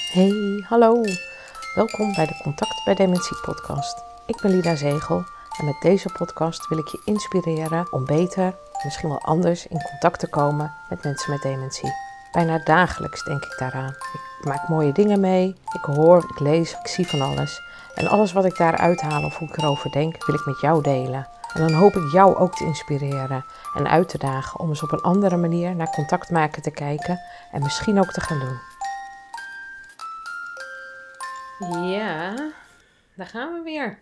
Hey, hallo. Welkom bij de Contact bij Dementie podcast. Ik ben Lida Zegel en met deze podcast wil ik je inspireren om beter, misschien wel anders, in contact te komen met mensen met dementie. Bijna dagelijks denk ik daaraan. Ik maak mooie dingen mee, ik hoor, ik lees, ik zie van alles. En alles wat ik daaruit haal of hoe ik erover denk, wil ik met jou delen. En dan hoop ik jou ook te inspireren en uit te dagen om eens op een andere manier naar contact maken te kijken en misschien ook te gaan doen. Ja, daar gaan we weer.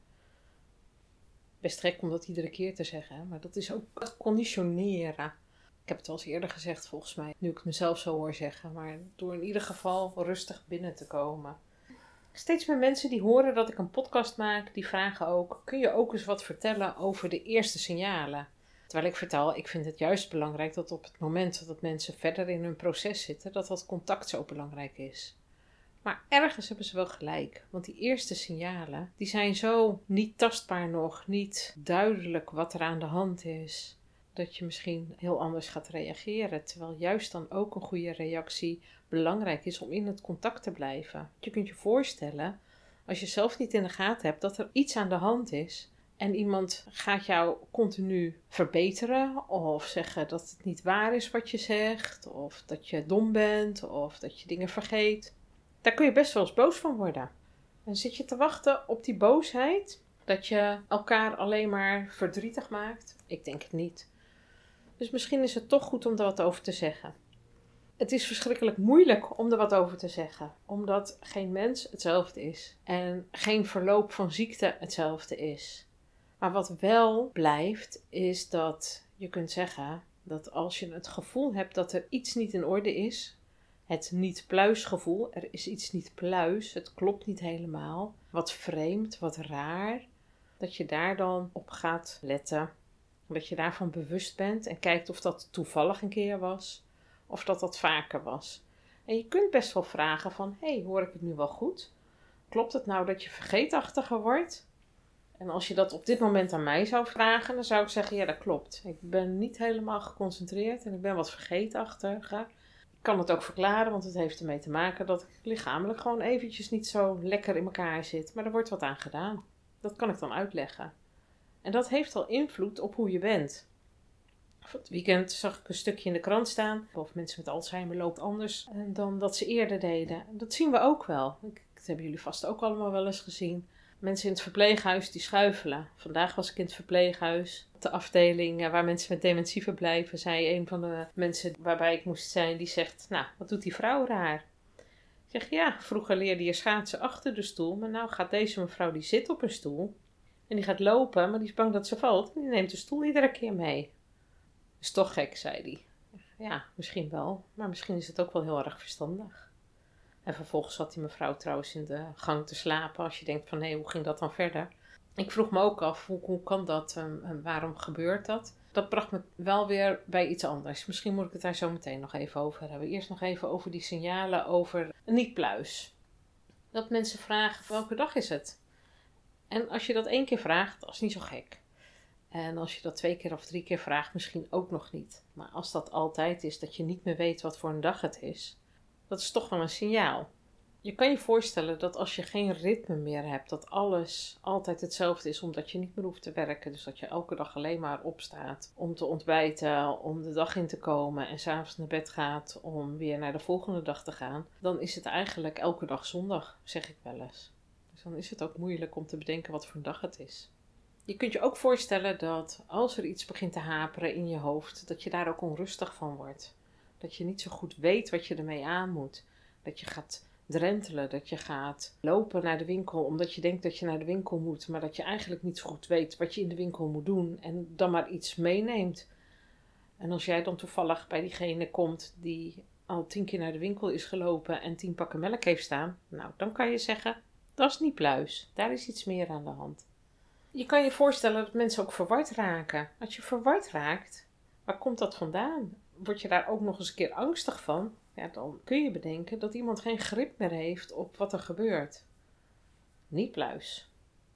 Best gek om dat iedere keer te zeggen, maar dat is ook conditioneren. Ik heb het al eens eerder gezegd volgens mij, nu ik het mezelf zo hoor zeggen. Maar door in ieder geval rustig binnen te komen. Steeds meer mensen die horen dat ik een podcast maak, die vragen ook, kun je ook eens wat vertellen over de eerste signalen? Terwijl ik vertel, ik vind het juist belangrijk dat op het moment dat mensen verder in hun proces zitten, dat contact zo belangrijk is. Maar ergens hebben ze wel gelijk, want die eerste signalen, die zijn zo niet tastbaar nog, niet duidelijk wat er aan de hand is, dat je misschien heel anders gaat reageren, terwijl juist dan ook een goede reactie belangrijk is om in het contact te blijven. Je kunt je voorstellen, als je zelf niet in de gaten hebt dat er iets aan de hand is en iemand gaat jou continu verbeteren of zeggen dat het niet waar is wat je zegt, of dat je dom bent of dat je dingen vergeet. Daar kun je best wel eens boos van worden. En zit je te wachten op die boosheid, dat je elkaar alleen maar verdrietig maakt? Ik denk het niet. Dus misschien is het toch goed om er wat over te zeggen. Het is verschrikkelijk moeilijk om er wat over te zeggen, omdat geen mens hetzelfde is en geen verloop van ziekte hetzelfde is. Maar wat wel blijft, is dat je kunt zeggen dat als je het gevoel hebt dat er iets niet in orde is, het niet-pluisgevoel, er is iets niet pluis, het klopt niet helemaal, wat vreemd, wat raar, dat je daar dan op gaat letten. Dat je daarvan bewust bent en kijkt of dat toevallig een keer was, of dat vaker was. En je kunt best wel vragen van, hoor ik het nu wel goed? Klopt het nou dat je vergeetachtiger wordt? En als je dat op dit moment aan mij zou vragen, dan zou ik zeggen, ja, dat klopt. Ik ben niet helemaal geconcentreerd en ik ben wat vergeetachtiger. Ik kan het ook verklaren, want het heeft ermee te maken dat ik lichamelijk gewoon eventjes niet zo lekker in elkaar zit. Maar er wordt wat aan gedaan. Dat kan ik dan uitleggen. En dat heeft al invloed op hoe je bent. Van het weekend zag ik een stukje in de krant staan. Of mensen met Alzheimer lopen anders dan dat ze eerder deden. Dat zien we ook wel. Dat hebben jullie vast ook allemaal wel eens gezien. Mensen in het verpleeghuis die schuifelen. Vandaag was ik in het verpleeghuis. Op de afdeling waar mensen met dementie verblijven, zei een van de mensen waarbij ik moest zijn, die zegt, nou, wat doet die vrouw raar? Ik zeg, ja, vroeger leerde je schaatsen achter de stoel, maar nou gaat deze mevrouw, die zit op een stoel. En die gaat lopen, maar die is bang dat ze valt. En die neemt de stoel iedere keer mee. Is toch gek, zei hij. Ja, misschien wel, maar misschien is het ook wel heel erg verstandig. En vervolgens zat die mevrouw trouwens in de gang te slapen. Als je denkt van, hoe ging dat dan verder? Ik vroeg me ook af, hoe kan dat en waarom gebeurt dat? Dat bracht me wel weer bij iets anders. Misschien moet ik het daar zo meteen nog even over hebben. Eerst nog even over die signalen over een niet-pluis. Dat mensen vragen, welke dag is het? En als je dat 1 keer vraagt, dat is niet zo gek. En als je dat 2 keer of 3 keer vraagt, misschien ook nog niet. Maar als dat altijd is, dat je niet meer weet wat voor een dag het is, dat is toch wel een signaal. Je kan je voorstellen dat als je geen ritme meer hebt, dat alles altijd hetzelfde is, omdat je niet meer hoeft te werken. Dus dat je elke dag alleen maar opstaat om te ontbijten, om de dag in te komen en 's avonds naar bed gaat om weer naar de volgende dag te gaan. Dan is het eigenlijk elke dag zondag, zeg ik wel eens. Dus dan is het ook moeilijk om te bedenken wat voor een dag het is. Je kunt je ook voorstellen dat als er iets begint te haperen in je hoofd, dat je daar ook onrustig van wordt. Dat je niet zo goed weet wat je ermee aan moet. Dat je gaat drentelen, dat je gaat lopen naar de winkel omdat je denkt dat je naar de winkel moet, maar dat je eigenlijk niet zo goed weet wat je in de winkel moet doen en dan maar iets meeneemt. En als jij dan toevallig bij diegene komt die al 10 keer naar de winkel is gelopen en 10 pakken melk heeft staan, nou, dan kan je zeggen, dat is niet pluis. Daar is iets meer aan de hand. Je kan je voorstellen dat mensen ook verward raken. Als je verward raakt, waar komt dat vandaan? Word je daar ook nog eens een keer angstig van? Ja, dan kun je bedenken dat iemand geen grip meer heeft op wat er gebeurt. Niet pluis.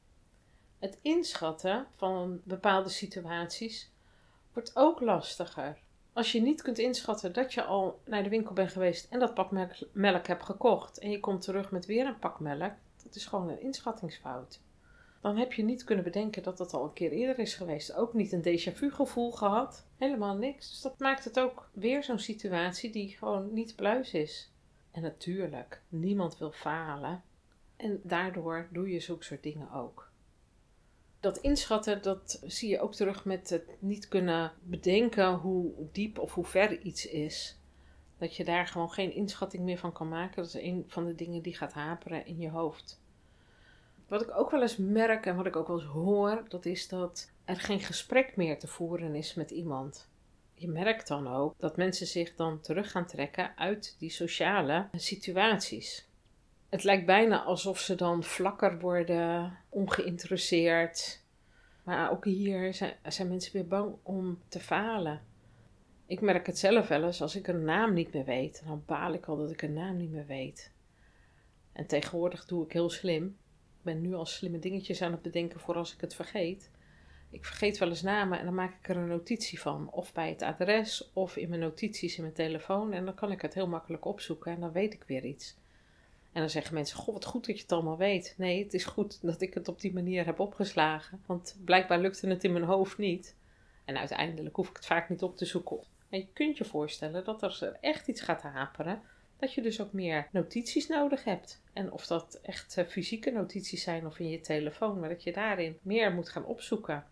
Het inschatten van bepaalde situaties wordt ook lastiger. Als je niet kunt inschatten dat je al naar de winkel bent geweest en dat pak melk hebt gekocht en je komt terug met weer een pak melk, dat is gewoon een inschattingsfout. Dan heb je niet kunnen bedenken dat dat al een keer eerder is geweest. Ook niet een déjà vu gevoel gehad. Helemaal niks. Dus dat maakt het ook weer zo'n situatie die gewoon niet pluis is. En natuurlijk, niemand wil falen. En daardoor doe je zulke soort dingen ook. Dat inschatten, dat zie je ook terug met het niet kunnen bedenken hoe diep of hoe ver iets is. Dat je daar gewoon geen inschatting meer van kan maken. Dat is een van de dingen die gaat haperen in je hoofd. Wat ik ook wel eens merk en wat ik ook wel eens hoor, dat is dat er geen gesprek meer te voeren is met iemand. Je merkt dan ook dat mensen zich dan terug gaan trekken uit die sociale situaties. Het lijkt bijna alsof ze dan vlakker worden, ongeïnteresseerd. Maar ook hier zijn mensen weer bang om te falen. Ik merk het zelf wel eens als ik een naam niet meer weet. Dan baal ik al dat ik een naam niet meer weet. En tegenwoordig doe ik heel slim. Ik ben nu al slimme dingetjes aan het bedenken voor als ik het vergeet. Ik vergeet wel eens namen en dan maak ik er een notitie van. Of bij het adres of in mijn notities in mijn telefoon. En dan kan ik het heel makkelijk opzoeken en dan weet ik weer iets. En dan zeggen mensen, goh, wat goed dat je het allemaal weet. Nee, het is goed dat ik het op die manier heb opgeslagen. Want blijkbaar lukte het in mijn hoofd niet. En uiteindelijk hoef ik het vaak niet op te zoeken. En je kunt je voorstellen dat als er echt iets gaat haperen, dat je dus ook meer notities nodig hebt. En of dat echt fysieke notities zijn of in je telefoon, maar dat je daarin meer moet gaan opzoeken.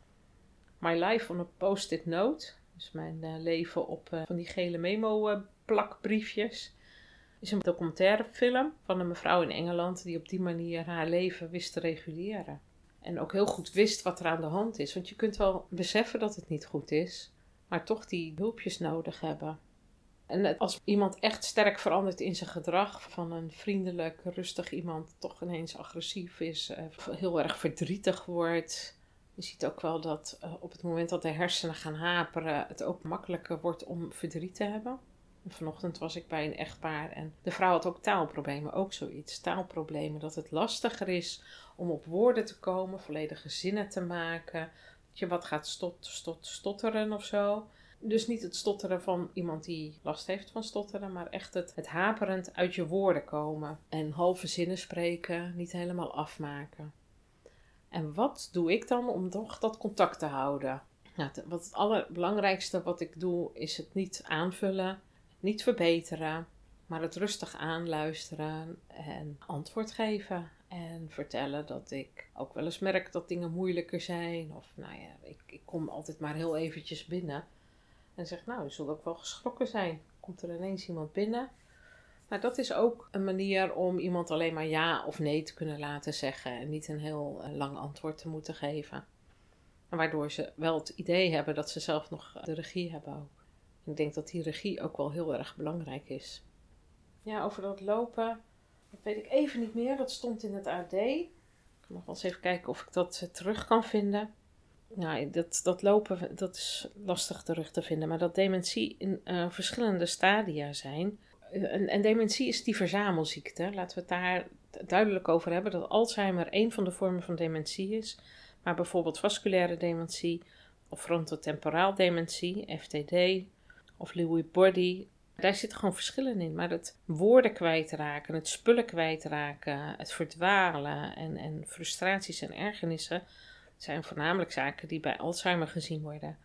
My Life on a Post-it Note, dus mijn leven op van die gele memo-plakbriefjes, is een documentairefilm van een mevrouw in Engeland die op die manier haar leven wist te reguleren. En ook heel goed wist wat er aan de hand is. Want je kunt wel beseffen dat het niet goed is, maar toch die hulpjes nodig hebben. En als iemand echt sterk verandert in zijn gedrag, van een vriendelijk, rustig iemand toch ineens agressief is, heel erg verdrietig wordt. Je ziet ook wel dat op het moment dat de hersenen gaan haperen, het ook makkelijker wordt om verdriet te hebben. Vanochtend was ik bij een echtpaar en de vrouw had ook taalproblemen, ook zoiets. Taalproblemen, dat het lastiger is om op woorden te komen, volledige zinnen te maken. Dat je wat gaat stotteren of zo. Dus niet het stotteren van iemand die last heeft van stotteren, maar echt het haperend uit je woorden komen. En halve zinnen spreken, niet helemaal afmaken. En wat doe ik dan om toch dat contact te houden? Nou, het allerbelangrijkste wat ik doe is het niet aanvullen, niet verbeteren, maar het rustig aanluisteren en antwoord geven. En vertellen dat ik ook wel eens merk dat dingen moeilijker zijn. Of nou ja, ik kom altijd maar heel eventjes binnen. En zeg, nou, je zult ook wel geschrokken zijn. Komt er ineens iemand binnen? Maar dat is ook een manier om iemand alleen maar ja of nee te kunnen laten zeggen. En niet een heel lang antwoord te moeten geven. En waardoor ze wel het idee hebben dat ze zelf nog de regie hebben ook. Ik denk dat die regie ook wel heel erg belangrijk is. Ja, over dat lopen, dat weet ik even niet meer. Dat stond in het AD. Ik kan nog wel eens even kijken of ik dat terug kan vinden. Nou, dat lopen, dat is lastig terug te vinden. Maar dat dementie in verschillende stadia zijn. En dementie is die verzamelziekte. Laten we het daar duidelijk over hebben. Dat Alzheimer één van de vormen van dementie is. Maar bijvoorbeeld vasculaire dementie of frontotemporaal dementie, FTD of Lewy body. Daar zitten gewoon verschillen in. Maar het woorden kwijtraken, het spullen kwijtraken, het verdwalen en frustraties en ergernissen zijn voornamelijk zaken die bij Alzheimer gezien worden.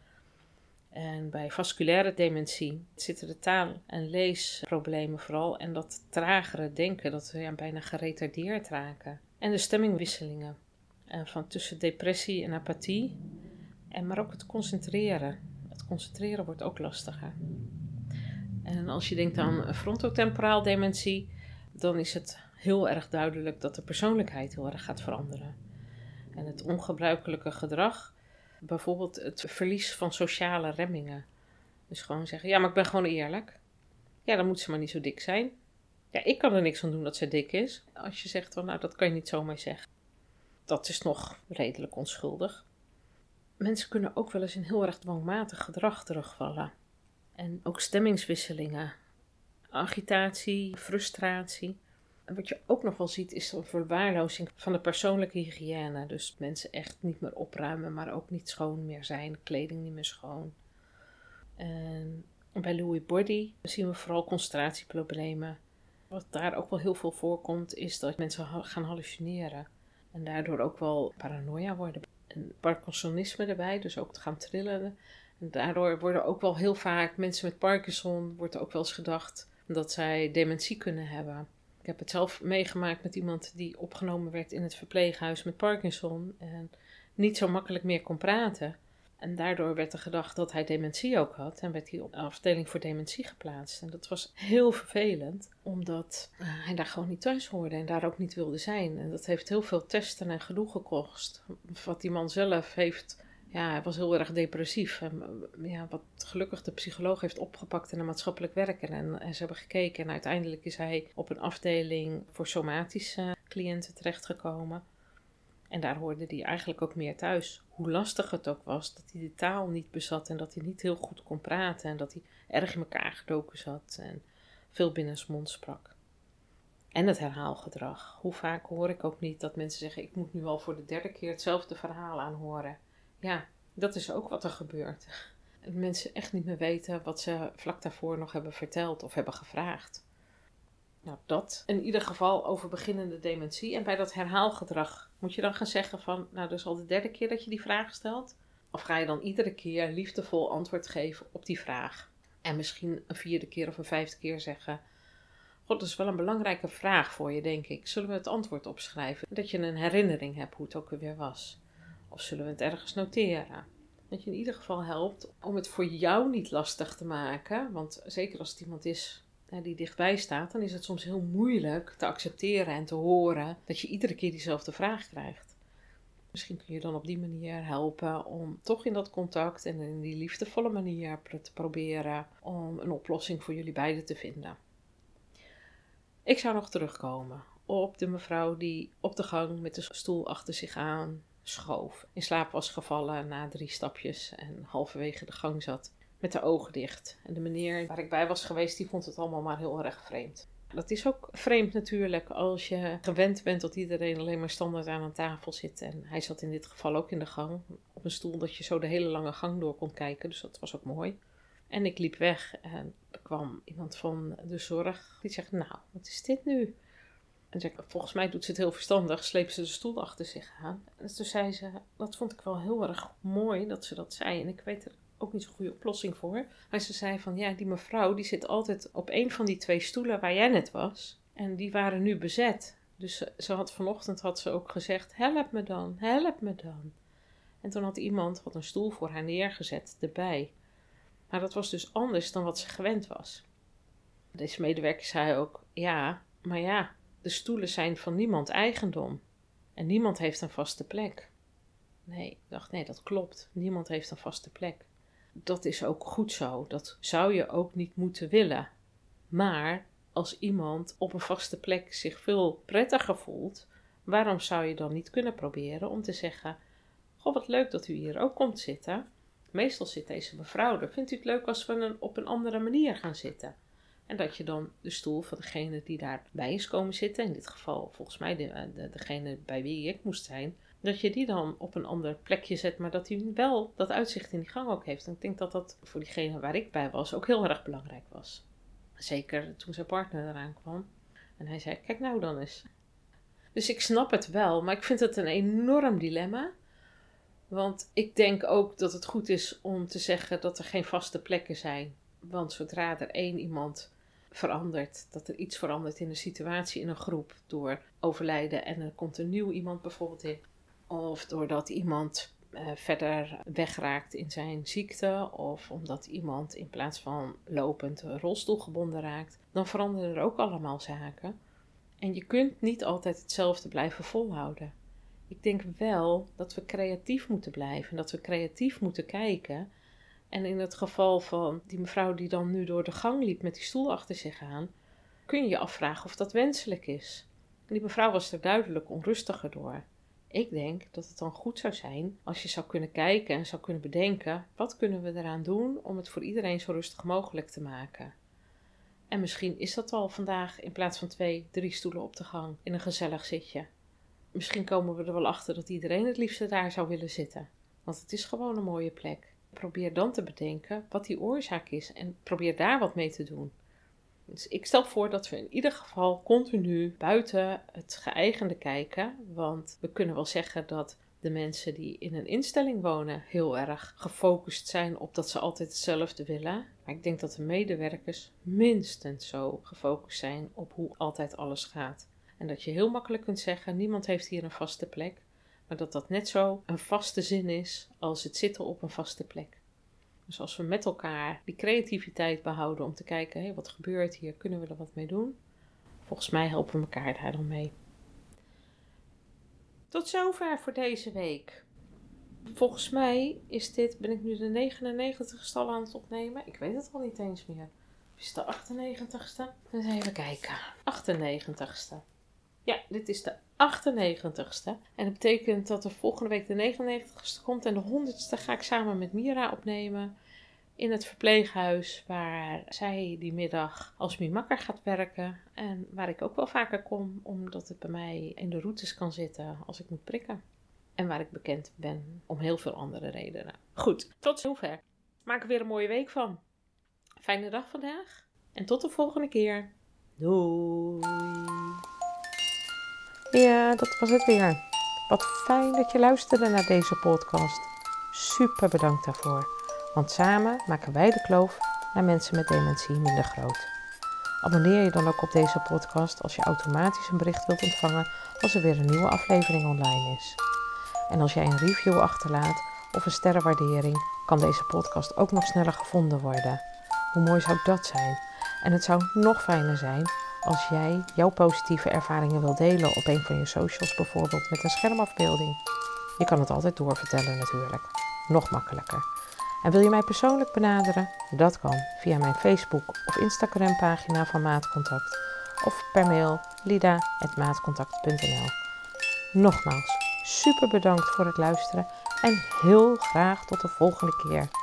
En bij vasculaire dementie zitten de taal- en leesproblemen vooral. En dat tragere denken, dat we bijna geretardeerd raken. En de stemmingwisselingen. Van tussen depressie en apathie. Maar ook het concentreren. Het concentreren wordt ook lastiger. En als je denkt aan frontotemporaal dementie, dan is het heel erg duidelijk dat de persoonlijkheid heel erg gaat veranderen. En het ongebruikelijke gedrag, bijvoorbeeld het verlies van sociale remmingen. Dus gewoon zeggen, ja, maar ik ben gewoon eerlijk. Ja, dan moet ze maar niet zo dik zijn. Ja, ik kan er niks aan doen dat ze dik is. Als je zegt, nou, dat kan je niet zomaar zeggen. Dat is nog redelijk onschuldig. Mensen kunnen ook wel eens in heel erg dwangmatig gedrag terugvallen. En ook stemmingswisselingen, agitatie, frustratie. En wat je ook nog wel ziet is een verwaarlozing van de persoonlijke hygiëne. Dus mensen echt niet meer opruimen, maar ook niet schoon meer zijn. Kleding niet meer schoon. En bij Lewy Body zien we vooral concentratieproblemen. Wat daar ook wel heel veel voorkomt, is dat mensen gaan hallucineren. En daardoor ook wel paranoia worden. En Parkinsonisme erbij, dus ook te gaan trillen. En daardoor worden ook wel heel vaak mensen met Parkinson, wordt er ook wel eens gedacht dat zij dementie kunnen hebben. Ik heb het zelf meegemaakt met iemand die opgenomen werd in het verpleeghuis met Parkinson. En niet zo makkelijk meer kon praten. En daardoor werd er gedacht dat hij dementie ook had. En werd hij op de afdeling voor dementie geplaatst. En dat was heel vervelend. Omdat hij daar gewoon niet thuis hoorde. En daar ook niet wilde zijn. En dat heeft heel veel testen en gedoe gekost. Wat die man zelf heeft. Ja, hij was heel erg depressief. En wat gelukkig de psycholoog heeft opgepakt in een maatschappelijk werken. En ze hebben gekeken. En uiteindelijk is hij op een afdeling voor somatische cliënten terechtgekomen. En daar hoorde hij eigenlijk ook meer thuis. Hoe lastig het ook was, dat hij de taal niet bezat en dat hij niet heel goed kon praten en dat hij erg in elkaar gedoken zat en veel binnensmonds sprak. En het herhaalgedrag. Hoe vaak hoor ik ook niet dat mensen zeggen, ik moet nu al voor de 3e keer hetzelfde verhaal aanhoren. Ja, dat is ook wat er gebeurt. En mensen echt niet meer weten wat ze vlak daarvoor nog hebben verteld of hebben gevraagd. Nou, dat in ieder geval over beginnende dementie. En bij dat herhaalgedrag moet je dan gaan zeggen van, nou, dat is al de 3e keer dat je die vraag stelt. Of ga je dan iedere keer liefdevol antwoord geven op die vraag? En misschien een 4e keer of een 5e keer zeggen, god, dat is wel een belangrijke vraag voor je, denk ik. Zullen we het antwoord opschrijven? Dat je een herinnering hebt hoe het ook weer was. Of zullen we het ergens noteren? Dat je in ieder geval helpt om het voor jou niet lastig te maken. Want zeker als het iemand is die dichtbij staat, dan is het soms heel moeilijk te accepteren en te horen dat je iedere keer diezelfde vraag krijgt. Misschien kun je dan op die manier helpen om toch in dat contact en in die liefdevolle manier te proberen om een oplossing voor jullie beiden te vinden. Ik zou nog terugkomen op de mevrouw die op de gang met de stoel achter zich aan schoof. In slaap was gevallen na 3 stapjes en halverwege de gang zat. Met de ogen dicht. En de meneer waar ik bij was geweest, die vond het allemaal maar heel erg vreemd. Dat is ook vreemd natuurlijk als je gewend bent dat iedereen alleen maar standaard aan een tafel zit. En hij zat in dit geval ook in de gang. Op een stoel dat je zo de hele lange gang door kon kijken. Dus dat was ook mooi. En ik liep weg en er kwam iemand van de zorg. Die zegt, nou, wat is dit nu? En zei, volgens mij doet ze het heel verstandig. Sleept ze de stoel achter zich aan. En toen zei ze, dat vond ik wel heel erg mooi dat ze dat zei. En ik weet er ook niet zo'n goede oplossing voor. Maar ze zei van, ja, die mevrouw die zit altijd op een van die 2 stoelen waar jij net was. En die waren nu bezet. Dus vanochtend had ze ook gezegd, help me dan, help me dan. En toen had iemand een stoel voor haar neergezet erbij. Maar dat was dus anders dan wat ze gewend was. Deze medewerker zei ook, ja, maar ja, de stoelen zijn van niemand eigendom. En niemand heeft een vaste plek. Nee, ik dacht, nee, dat klopt. Niemand heeft een vaste plek. Dat is ook goed zo. Dat zou je ook niet moeten willen. Maar als iemand op een vaste plek zich veel prettiger voelt, waarom zou je dan niet kunnen proberen om te zeggen, goh, wat leuk dat u hier ook komt zitten. Meestal zit deze mevrouw er. Vindt u het leuk als we op een andere manier gaan zitten? En dat je dan de stoel van degene die daarbij is komen zitten, in dit geval volgens mij degene bij wie ik moest zijn, dat je die dan op een ander plekje zet, maar dat hij wel dat uitzicht in die gang ook heeft. En ik denk dat dat voor diegene waar ik bij was ook heel erg belangrijk was. Zeker toen zijn partner eraan kwam. En hij zei, kijk nou dan eens. Dus ik snap het wel, maar ik vind het een enorm dilemma. Want ik denk ook dat het goed is om te zeggen dat er geen vaste plekken zijn. Want zodra er één iemand verandert, dat er iets verandert in de situatie in een groep door overlijden en er komt een nieuw iemand bijvoorbeeld in. Of doordat iemand verder wegraakt in zijn ziekte. Of omdat iemand in plaats van lopend rolstoelgebonden raakt. Dan veranderen er ook allemaal zaken. En je kunt niet altijd hetzelfde blijven volhouden. Ik denk wel dat we creatief moeten blijven. Dat we creatief moeten kijken. En in het geval van die mevrouw die dan nu door de gang liep met die stoel achter zich aan, kun je je afvragen of dat wenselijk is. En die mevrouw was er duidelijk onrustiger door. Ik denk dat het dan goed zou zijn als je zou kunnen kijken en zou kunnen bedenken, wat kunnen we eraan doen om het voor iedereen zo rustig mogelijk te maken. En misschien is dat al vandaag in plaats van 2, 3 stoelen op de gang in een gezellig zitje. Misschien komen we er wel achter dat iedereen het liefste daar zou willen zitten. Want het is gewoon een mooie plek. Probeer dan te bedenken wat die oorzaak is en probeer daar wat mee te doen. Dus ik stel voor dat we in ieder geval continu buiten het geëigende kijken. Want we kunnen wel zeggen dat de mensen die in een instelling wonen heel erg gefocust zijn op dat ze altijd hetzelfde willen. Maar ik denk dat de medewerkers minstens zo gefocust zijn op hoe altijd alles gaat. En dat je heel makkelijk kunt zeggen, niemand heeft hier een vaste plek. Maar dat dat net zo een vaste zin is als het zitten op een vaste plek. Dus als we met elkaar die creativiteit behouden om te kijken, wat gebeurt hier, kunnen we er wat mee doen? Volgens mij helpen we elkaar daar dan mee. Tot zover voor deze week. Volgens mij ben ik nu de 99ste al aan het opnemen. Ik weet het al niet eens meer. Is het de 98ste? Eens even kijken. 98ste. Ja, dit is de 98ste. En dat betekent dat er volgende week de 99ste komt. En de 100ste ga ik samen met Mira opnemen. In het verpleeghuis waar zij die middag als Mimakker gaat werken. En waar ik ook wel vaker kom, omdat het bij mij in de routes kan zitten als ik moet prikken. En waar ik bekend ben om heel veel andere redenen. Goed, tot zover. Maak er weer een mooie week van. Fijne dag vandaag. En tot de volgende keer. Doei. Ja, dat was het weer. Wat fijn dat je luisterde naar deze podcast. Super bedankt daarvoor. Want samen maken wij de kloof naar mensen met dementie minder groot. Abonneer je dan ook op deze podcast als je automatisch een bericht wilt ontvangen als er weer een nieuwe aflevering online is. En als jij een review achterlaat of een sterrenwaardering, kan deze podcast ook nog sneller gevonden worden. Hoe mooi zou dat zijn? En het zou nog fijner zijn als jij jouw positieve ervaringen wilt delen op een van je socials, bijvoorbeeld met een schermafbeelding. Je kan het altijd doorvertellen natuurlijk. Nog makkelijker. En wil je mij persoonlijk benaderen? Dat kan via mijn Facebook of Instagram pagina van Maatcontact of per mail lida@maatcontact.nl. Nogmaals, super bedankt voor het luisteren en heel graag tot de volgende keer.